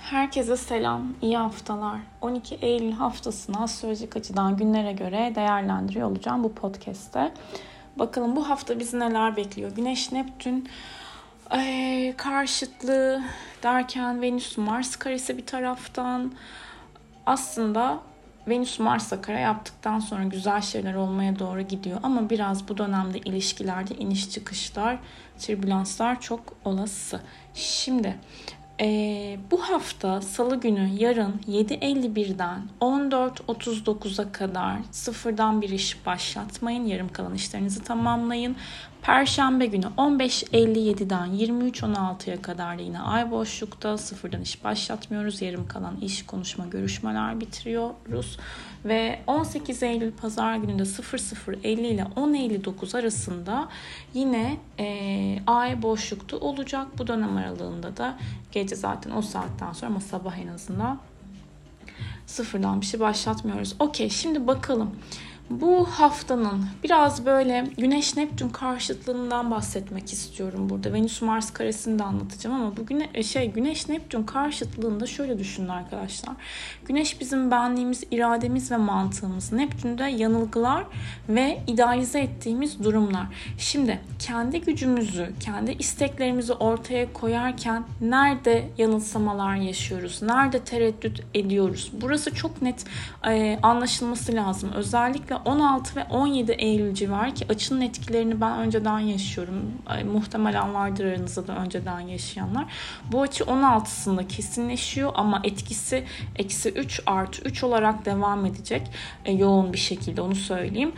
Herkese selam, iyi haftalar. 12 Eylül haftasını astrolojik açıdan günlere göre değerlendiriyor olacağım bu podcast'te. Bakalım bu hafta bizi neler bekliyor? Güneş-Neptün karşıtlığı derken Venüs-Mars karesi bir taraftan. Aslında Venüs-Mars'la kare yaptıktan sonra güzel şeyler olmaya doğru gidiyor. Ama biraz bu dönemde ilişkilerde iniş çıkışlar, türbülanslar çok olası. Şimdi bu hafta Salı günü yarın 7:51'den 14:39'a kadar sıfırdan bir iş başlatmayın. Yarım kalan işlerinizi tamamlayın. Perşembe günü 15:57'den 23:16'ya kadar da yine ay boşlukta sıfırdan iş başlatmıyoruz. Yarım kalan iş, konuşma, görüşmeler bitiriyoruz. Ve 18 Eylül Pazar günü de 00:50 ile 10:59 arasında yine ay boşlukta olacak. Bu dönem aralığında da gece zaten o saatten sonra ama sabah en azından sıfırdan bir şey başlatmıyoruz. Okey, şimdi bakalım. Bu haftanın biraz böyle Güneş-Neptün karşıtlığından bahsetmek istiyorum burada. Venüs-Mars karesini de anlatacağım ama bu Güneş-Neptün karşıtlığında şöyle düşünün arkadaşlar. Güneş bizim benliğimiz, irademiz ve mantığımız. Neptün de yanılgılar ve idealize ettiğimiz durumlar. Şimdi kendi gücümüzü, kendi isteklerimizi ortaya koyarken nerede yanılsamalar yaşıyoruz? Nerede tereddüt ediyoruz? Burası çok net anlaşılması lazım. Özellikle 16 ve 17 Eylül civarı ki açının etkilerini ben önceden yaşıyorum. Muhtemelen vardır aranızda da önceden yaşayanlar. Bu açı 16'sında kesinleşiyor ama etkisi -3 + 3 olarak devam edecek. Yoğun bir şekilde, onu söyleyeyim.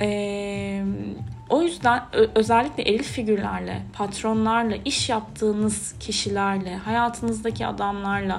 O yüzden özellikle eril figürlerle, patronlarla, iş yaptığınız kişilerle, hayatınızdaki adamlarla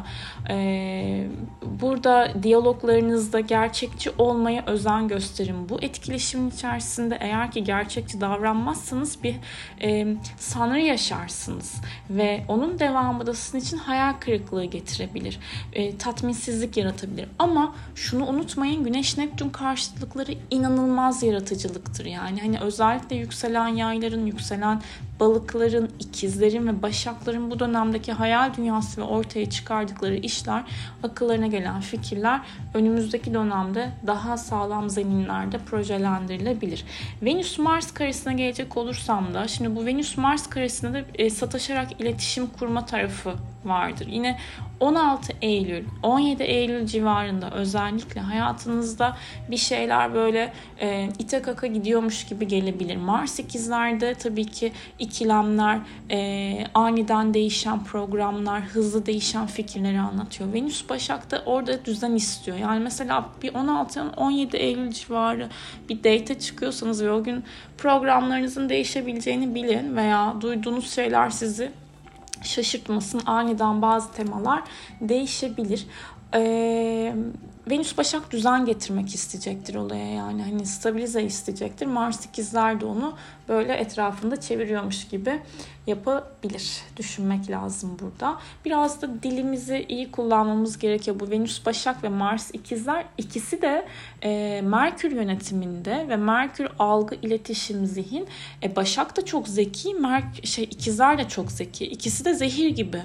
burada diyaloglarınızda gerçekçi olmaya özen gösterin. Bu etkileşimin içerisinde eğer ki gerçekçi davranmazsanız bir sanrı yaşarsınız ve onun devamı da sizin için hayal kırıklığı getirebilir. Tatminsizlik yaratabilir. Ama şunu unutmayın, Güneş-Neptün karşıtlıkları inanılmaz yaratıcılıktır. Yani hani özellikle yükselen yayların, yükselen balıkların, ikizlerin ve başakların bu dönemdeki hayal dünyası ve ortaya çıkardıkları işler, akıllarına gelen fikirler önümüzdeki dönemde daha sağlam zeminlerde projelendirilebilir. Venüs-Mars karesine gelecek olursam da, şimdi bu Venüs-Mars karesinde de sataşarak iletişim kurma tarafı vardır. Yine 16 Eylül, 17 Eylül civarında özellikle hayatınızda bir şeyler böyle ite kaka gidiyormuş gibi gelebilir. Mars ikizlerde tabii ki ikilemler, aniden değişen programlar, hızlı değişen fikirleri anlatıyor. Venüs Başak'ta orada düzen istiyor. Yani mesela bir 16-17 Eylül civarı bir date çıkıyorsanız ve o gün programlarınızın değişebileceğini bilin veya duyduğunuz şeyler sizi şaşırtmasın, aniden bazı temalar değişebilir. Venüs Başak düzen getirmek isteyecektir olaya, yani hani stabilize isteyecektir. Mars ikizler de onu böyle etrafında çeviriyormuş gibi yapabilir. Düşünmek lazım burada. Biraz da dilimizi iyi kullanmamız gerekiyor. Bu Venüs Başak ve Mars ikizler ikisi de Merkür yönetiminde ve Merkür algı, iletişim, zihin. Başak da çok zeki, ikizler de çok zeki. İkisi de zehir gibi.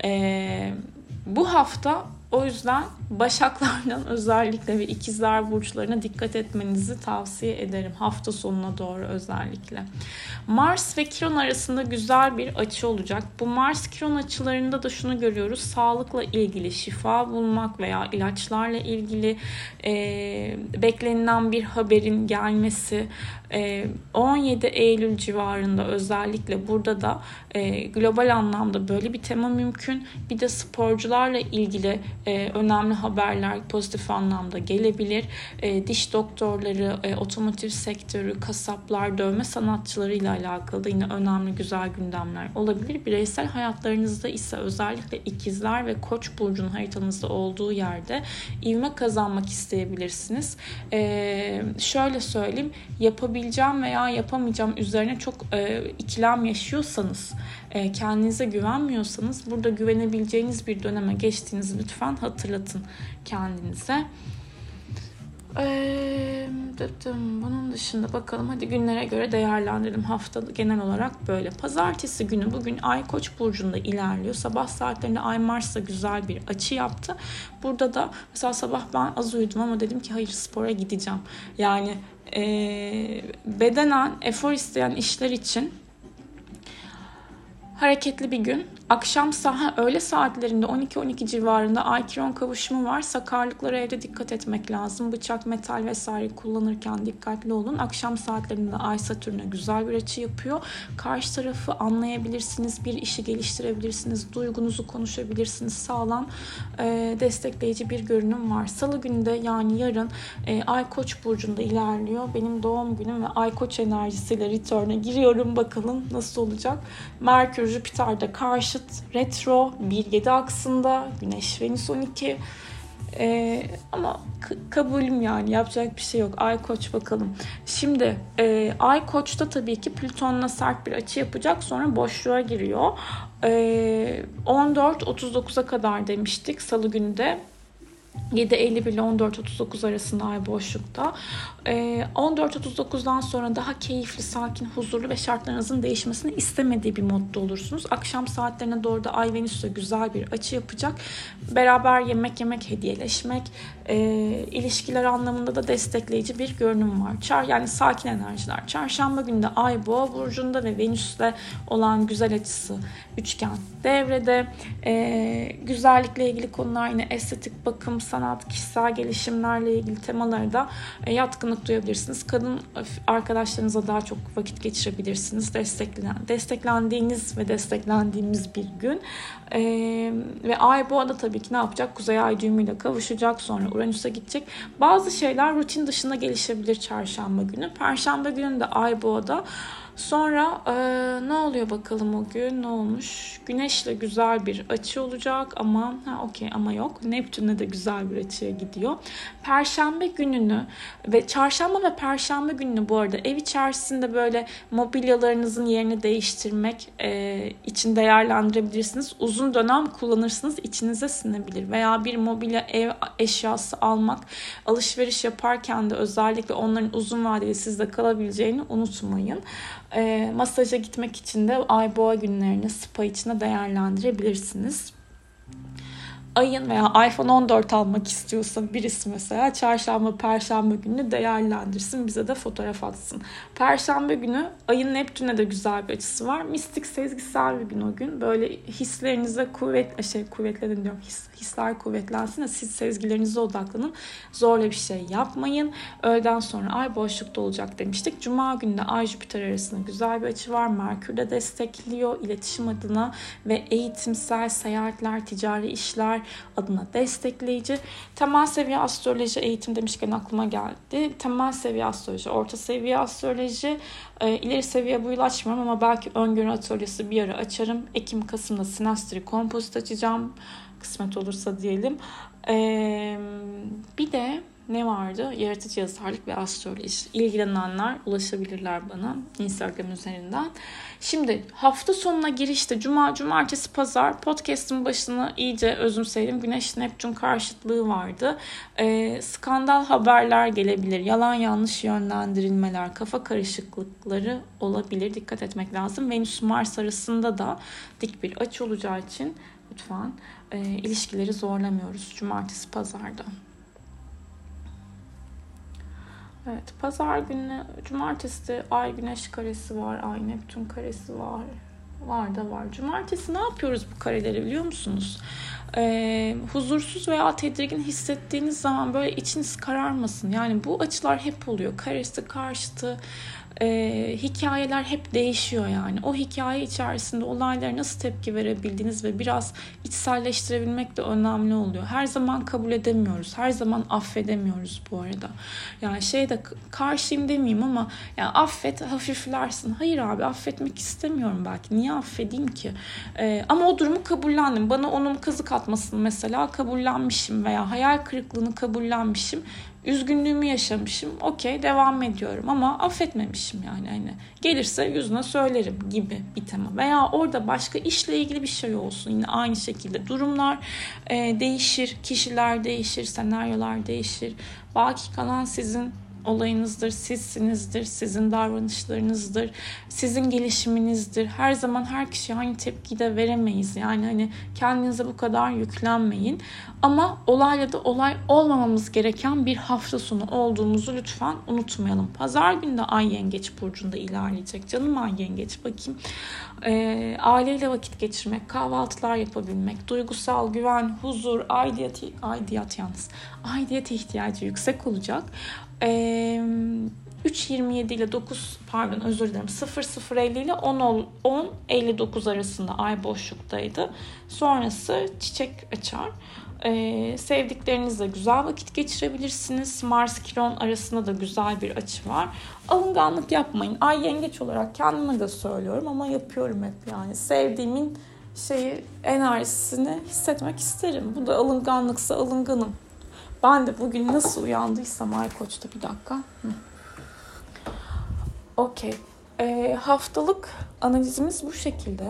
Bu hafta o yüzden Başaklardan özellikle ve ikizler burçlarına dikkat etmenizi tavsiye ederim. Hafta sonuna doğru özellikle. Mars ve Kiron arasında güzel bir açı olacak. Bu Mars-Kiron açılarında da şunu görüyoruz. Sağlıkla ilgili şifa bulmak veya ilaçlarla ilgili beklenilen bir haberin gelmesi. 17 Eylül civarında özellikle burada da global anlamda böyle bir tema mümkün. Bir de sporcularla ilgili önemli haberler pozitif anlamda gelebilir. Diş doktorları, otomotiv sektörü, kasaplar, dövme sanatçılarıyla alakalı da yine önemli güzel gündemler olabilir. Bireysel hayatlarınızda ise özellikle ikizler ve Koç burcunun haritanızda olduğu yerde ivme kazanmak isteyebilirsiniz. Şöyle söyleyeyim, yapabileceğim veya yapamayacağım üzerine çok ikilem yaşıyorsanız, kendinize güvenmiyorsanız burada güvenebileceğiniz bir döneme geçtiğinizi lütfen hatırlatın kendinize. Bunun dışında bakalım, hadi günlere göre değerlendirelim. Hafta genel olarak böyle. Pazartesi günü bugün Ay Koç burcunda ilerliyor. Sabah saatlerinde Ay Mars'la güzel bir açı yaptı. Burada da mesela sabah ben az uyudum ama dedim ki hayır, spora gideceğim. Yani bedenen efor isteyen işler için hareketli bir gün. Akşam öğle saatlerinde 12-12 civarında Ay-Kiron kavuşumu var. Sakarlıklara evde dikkat etmek lazım. Bıçak, metal vesaire kullanırken dikkatli olun. Akşam saatlerinde Ay-Satürn'e güzel bir açı yapıyor. Karşı tarafı anlayabilirsiniz, bir işi geliştirebilirsiniz, duygunuzu konuşabilirsiniz. Sağlam, destekleyici bir görünüm var. Salı günü de yani yarın Ay Koç burcunda ilerliyor. Benim doğum günüm ve Ay Koç enerjisiyle return'e giriyorum. Bakalım nasıl olacak. Merkür, Jüpiter'de karşıt, retro 1-7 aksında, Güneş, Venüs 12. Ama kabulüm, yani yapacak bir şey yok. Ay Koç bakalım. Şimdi Ay Koç'ta tabii ki Plüton'la sert bir açı yapacak. Sonra boşluğa giriyor. 14.39'a kadar demiştik Salı günü de. 7.51 ile 14.39 arasında Ay boşlukta. 14.39'dan sonra daha keyifli, sakin, huzurlu ve şartlarınızın değişmesini istemediği bir modda olursunuz. Akşam saatlerine doğru da Ay Venüs'le güzel bir açı yapacak. Beraber yemek, hediyeleşmek, ilişkiler anlamında da destekleyici bir görünüm var. Yani sakin enerjiler. Çarşamba günü de Ay Boğa burcunda ve Venüs'le olan güzel açısı üçgen devrede. Güzellikle ilgili konular, yine estetik, bakım, sanat, kişisel gelişimlerle ilgili temaları da yatkınlık duyabilirsiniz. Kadın arkadaşlarınızla daha çok vakit geçirebilirsiniz. Desteklendiğiniz ve desteklendiğimiz bir gün. Ve Ay Boğa'da tabii ki ne yapacak? Kuzey Ay düğümüyle kavuşacak. Sonra Uranüs'e gidecek. Bazı şeyler rutin dışında gelişebilir çarşamba günü. Perşembe günü de Ay Boğa'da. Sonra ne oluyor bakalım o gün? Ne olmuş? Güneş'le güzel bir açı olacak ama ama yok. Neptün'le de güzel bir açıya gidiyor. Perşembe gününü ve çarşamba ve perşembe gününü bu arada ev içerisinde böyle mobilyalarınızın yerini değiştirmek için değerlendirebilirsiniz. Uzun dönem kullanırsınız, içinize sinebilir. Veya bir mobilya ev eşyası almak, alışveriş yaparken de özellikle onların uzun vadeli sizde kalabileceğini unutmayın. Masaja gitmek için de Ay Boğa günlerini spa içinde değerlendirebilirsiniz. Ayın veya iPhone 14 almak istiyorsa birisi mesela çarşamba, perşembe gününü değerlendirsin. Bize de fotoğraf atsın. Perşembe günü Ayın Neptün'e de güzel bir açısı var. Mistik, sezgisel bir gün o gün. Böyle hislerinize kuvvetlenin diyorum. Hisler kuvvetlensin de siz sezgilerinize odaklanın. Zorla bir şey yapmayın. Öğleden sonra Ay boşlukta olacak demiştik. Cuma günü de Ay Jüpiter arasında güzel bir açı var. Merkür de destekliyor iletişim adına ve eğitimsel seyahatler, ticari işler adına destekleyici. Temel seviye astroloji, eğitim demişken aklıma geldi. Temel seviye astroloji, orta seviye astroloji, ileri seviye bu yıl açmıyorum ama belki öngörü atölyesi bir ara açarım. Ekim-Kasım'da sinastri kompozit açacağım. Kısmet olursa diyelim. Bir de ne vardı? Yaratıcı yazarlık ve astroloji. İlgilenenler ulaşabilirler bana Instagram üzerinden. Şimdi hafta sonuna girişte Cuma, Cumartesi, Pazar podcast'ın başını iyice özümseyelim. Güneş Neptün karşıtlığı vardı. Skandal haberler gelebilir. Yalan yanlış yönlendirilmeler, kafa karışıklıkları olabilir. Dikkat etmek lazım. Venüs Mars arasında da dik bir açı olacağı için lütfen ilişkileri zorlamıyoruz Cumartesi, Pazar'da. Evet, Pazar günü, Cumartesi Ay Güneş karesi var, Ay Neptün karesi var. Var. Cumartesi ne yapıyoruz bu kareleri biliyor musunuz? Huzursuz veya tedirgin hissettiğiniz zaman böyle içiniz kararmasın. Yani bu açılar hep oluyor. Karesi, karşıtı, hikayeler hep değişiyor yani. O hikaye içerisinde olaylara nasıl tepki verebildiğiniz ve biraz içselleştirebilmek de önemli oluyor. Her zaman kabul edemiyoruz. Her zaman affedemiyoruz bu arada. Yani karşıyım demeyeyim ama yani affet, hafiflersin. Hayır abi, affetmek istemiyorum belki. Niye affedeyim ki? Ama o durumu kabullendim. Bana onun kazık atmasını mesela kabullenmişim veya hayal kırıklığını kabullenmişim Üzgünlüğümü yaşamışım. Okey, devam ediyorum ama affetmemişim yani. Hani gelirse yüzüne söylerim gibi bir tema. Veya orada başka işle ilgili bir şey olsun. Yine aynı şekilde durumlar değişir, kişiler değişir, senaryolar değişir. Baki kalan sizin olayınızdır, sizsinizdir, sizin davranışlarınızdır, sizin gelişiminizdir. Her zaman her kişiye aynı tepkiyi de veremeyiz. Yani hani kendinize bu kadar yüklenmeyin. Ama olayla da olay olmamamız gereken bir hafta sonu olduğumuzu lütfen unutmayalım. Pazar günü de Ay Yengeç burcunda ilerleyecek. Canım Ay Yengeç, bakayım. Aileyle vakit geçirmek, kahvaltılar yapabilmek, duygusal güven, huzur, aidiyet ihtiyacı yüksek olacak. 3.27 ile 00.50 ile 10.59 arasında ay boşluktaydı. Sonrası çiçek açar. Sevdiklerinizle güzel vakit geçirebilirsiniz. Mars-Kiron arasında da güzel bir açı var. Alınganlık yapmayın. Ay Yengeç olarak kendime de söylüyorum ama yapıyorum hep yani. Sevdiğimin enerjisini hissetmek isterim. Bu da alınganlıksa alınganım. Ben de bugün nasıl uyandıysam Ay Koç'ta, bir dakika. Okey. Haftalık analizimiz bu şekilde.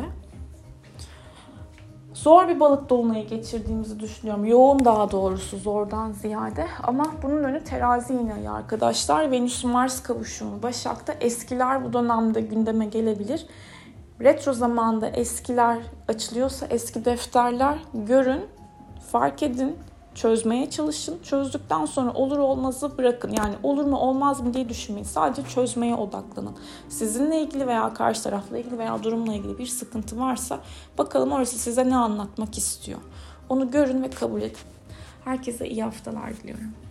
Zor bir balık dolunayı geçirdiğimizi düşünüyorum. Yoğun, daha doğrusu zordan ziyade. Ama bunun önü terazi yine arkadaşlar. Venüs-Mars kavuşumu Başak'ta. Eskiler bu dönemde gündeme gelebilir. Retro zamanda eskiler açılıyorsa eski defterler görün, fark edin, çözmeye çalışın. Çözdükten sonra olur olmazı bırakın. Yani olur mu olmaz mı diye düşünmeyin. Sadece çözmeye odaklanın. Sizinle ilgili veya karşı tarafla ilgili veya durumla ilgili bir sıkıntı varsa bakalım orası size ne anlatmak istiyor. Onu görün ve kabul edin. Herkese iyi haftalar diliyorum.